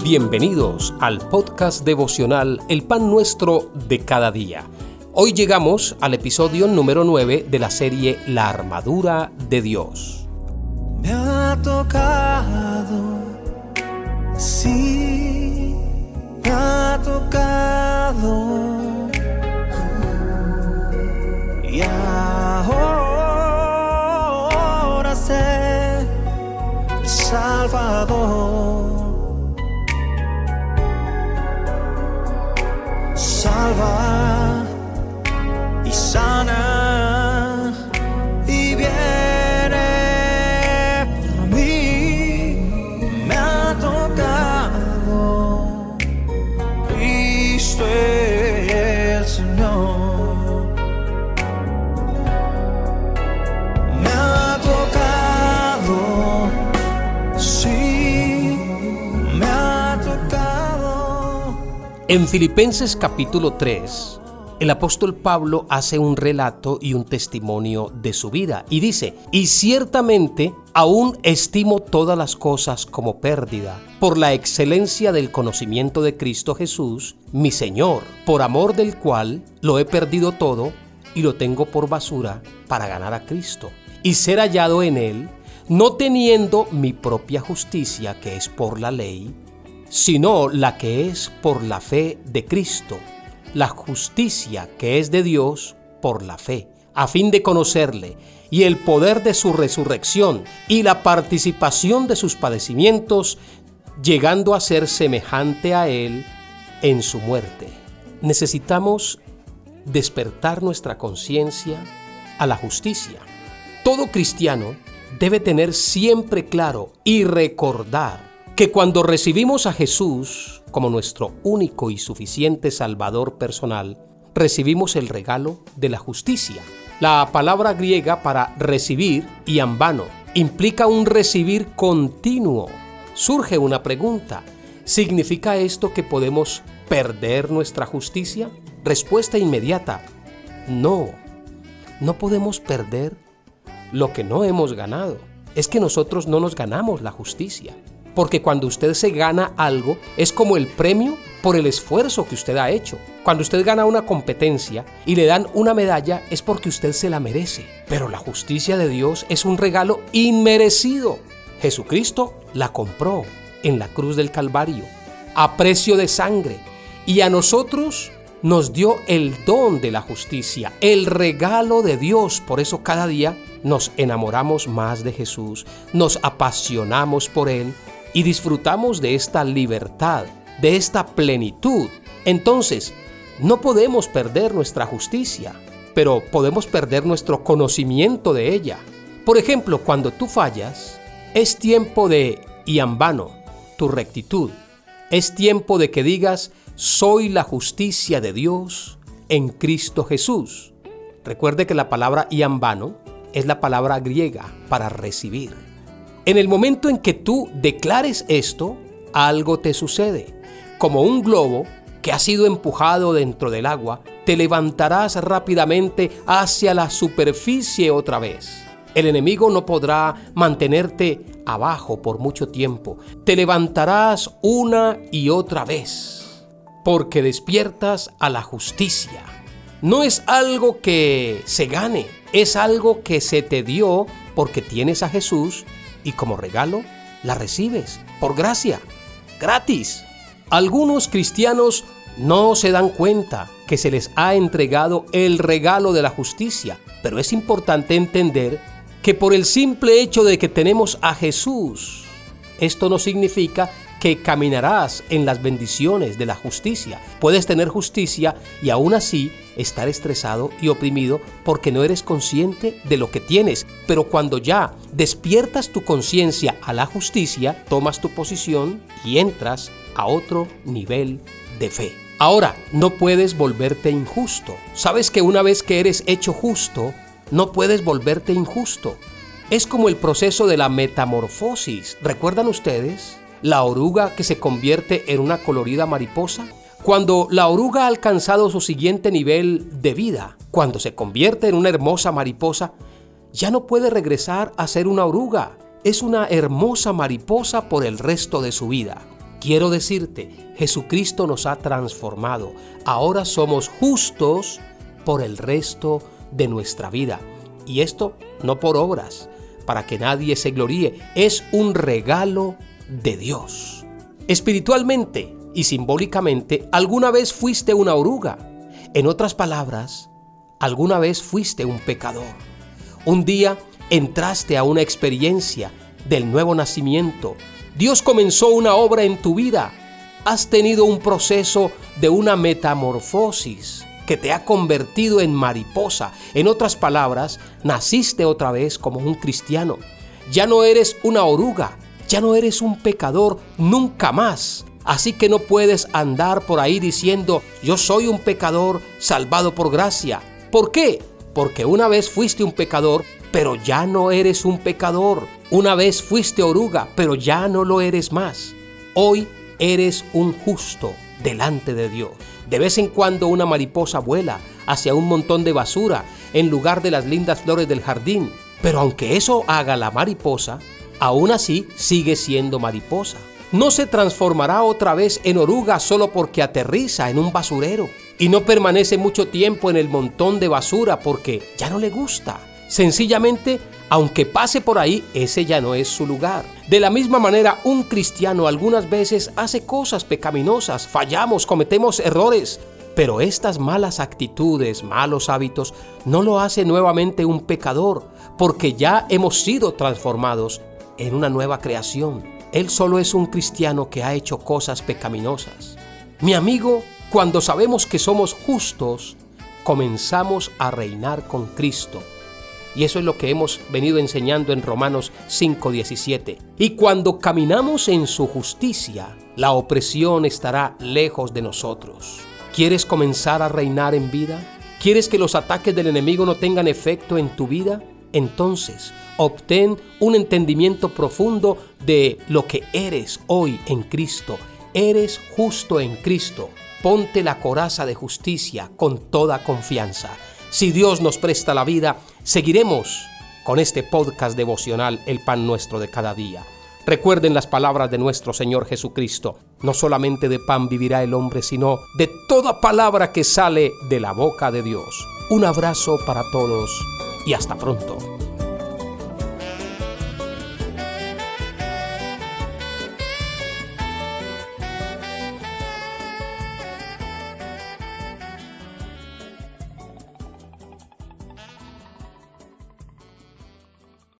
Bienvenidos al podcast devocional El Pan Nuestro de Cada Día. Hoy llegamos al episodio número 9 de la serie La Armadura de Dios. Me ha tocado, sí, me ha tocado. Y ahora sé, el Salvador salva y sana y viene por mí. Me ha tocado, Cristo es el Señor. Me ha tocado, sí, me ha tocado. En Filipenses capítulo 3, el apóstol Pablo hace un relato y un testimonio de su vida y dice: y ciertamente aún estimo todas las cosas como pérdida por la excelencia del conocimiento de Cristo Jesús, mi Señor, por amor del cual lo he perdido todo y lo tengo por basura para ganar a Cristo y ser hallado en Él, no teniendo mi propia justicia que es por la ley, sino la que es por la fe de Cristo, la justicia que es de Dios por la fe, a fin de conocerle y el poder de su resurrección y la participación de sus padecimientos, llegando a ser semejante a él en su muerte. Necesitamos despertar nuestra conciencia a la justicia. Todo cristiano debe tener siempre claro y recordar que cuando recibimos a Jesús como nuestro único y suficiente Salvador personal, recibimos el regalo de la justicia. La palabra griega para recibir, iambano, implica un recibir continuo. Surge una pregunta: ¿significa esto que podemos perder nuestra justicia? Respuesta inmediata: no podemos perder lo que no hemos ganado. Es que nosotros no nos ganamos la justicia. Porque cuando usted se gana algo, es como el premio por el esfuerzo que usted ha hecho. Cuando usted gana una competencia y le dan una medalla, es porque usted se la merece. Pero la justicia de Dios es un regalo inmerecido. Jesucristo la compró en la cruz del Calvario, a precio de sangre. Y a nosotros nos dio el don de la justicia, el regalo de Dios. Por eso cada día nos enamoramos más de Jesús, nos apasionamos por Él y disfrutamos de esta libertad, de esta plenitud. Entonces, no podemos perder nuestra justicia, pero podemos perder nuestro conocimiento de ella. Por ejemplo, cuando tú fallas, es tiempo de iambano, tu rectitud. Es tiempo de que digas: soy la justicia de Dios en Cristo Jesús. Recuerde que la palabra iambano es la palabra griega para recibir. En el momento en que tú declares esto, algo te sucede. Como un globo que ha sido empujado dentro del agua, te levantarás rápidamente hacia la superficie otra vez. El enemigo no podrá mantenerte abajo por mucho tiempo. Te levantarás una y otra vez, porque despiertas a la justicia. No es algo que se gane, es algo que se te dio porque tienes a Jesús y como regalo la recibes por gracia, gratis. Algunos cristianos no se dan cuenta que se les ha entregado el regalo de la justicia, pero es importante entender que por el simple hecho de que tenemos a Jesús, esto no significa que caminarás en las bendiciones de la justicia. Puedes tener justicia y aún así estar estresado y oprimido porque no eres consciente de lo que tienes. Pero cuando ya despiertas tu conciencia a la justicia, tomas tu posición y entras a otro nivel de fe. Ahora, no puedes volverte injusto. Sabes que una vez que eres hecho justo, no puedes volverte injusto. Es como el proceso de la metamorfosis. ¿Recuerdan ustedes la oruga que se convierte en una colorida mariposa? Cuando la oruga ha alcanzado su siguiente nivel de vida, cuando se convierte en una hermosa mariposa, ya no puede regresar a ser una oruga. Es una hermosa mariposa por el resto de su vida. Quiero decirte, Jesucristo nos ha transformado. Ahora somos justos por el resto de nuestra vida. Y esto no por obras, para que nadie se gloríe. Es un regalo de Dios. Espiritualmente y simbólicamente, alguna vez fuiste una oruga. En otras palabras, alguna vez fuiste un pecador. Un día entraste a una experiencia del nuevo nacimiento. Dios comenzó una obra en tu vida. Has tenido un proceso de una metamorfosis que te ha convertido en mariposa. En otras palabras, naciste otra vez como un cristiano. Ya no eres una oruga, ya no eres un pecador nunca más. Así que no puedes andar por ahí diciendo, yo soy un pecador salvado por gracia. ¿Por qué? Porque una vez fuiste un pecador, pero ya no eres un pecador. Una vez fuiste oruga, pero ya no lo eres más. Hoy eres un justo delante de Dios. De vez en cuando una mariposa vuela hacia un montón de basura en lugar de las lindas flores del jardín. Pero aunque eso haga la mariposa, aún así sigue siendo mariposa. No se transformará otra vez en oruga solo porque aterriza en un basurero y no permanece mucho tiempo en el montón de basura porque ya no le gusta. Sencillamente, aunque pase por ahí, ese ya no es su lugar. De la misma manera, un cristiano algunas veces hace cosas pecaminosas, fallamos, cometemos errores, pero estas malas actitudes, malos hábitos, no lo hace nuevamente un pecador, porque ya hemos sido transformados en una nueva creación. Él solo es un cristiano que ha hecho cosas pecaminosas. Mi amigo, cuando sabemos que somos justos, comenzamos a reinar con Cristo. Y eso es lo que hemos venido enseñando en Romanos 5:17. Y cuando caminamos en su justicia, la opresión estará lejos de nosotros. ¿Quieres comenzar a reinar en vida? ¿Quieres que los ataques del enemigo no tengan efecto en tu vida? Entonces, obtén un entendimiento profundo de lo que eres hoy en Cristo. Eres justo en Cristo. Ponte la coraza de justicia con toda confianza. Si Dios nos presta la vida, seguiremos con este podcast devocional, El Pan Nuestro de Cada Día. Recuerden las palabras de nuestro Señor Jesucristo. No solamente de pan vivirá el hombre, sino de toda palabra que sale de la boca de Dios. Un abrazo para todos y hasta pronto.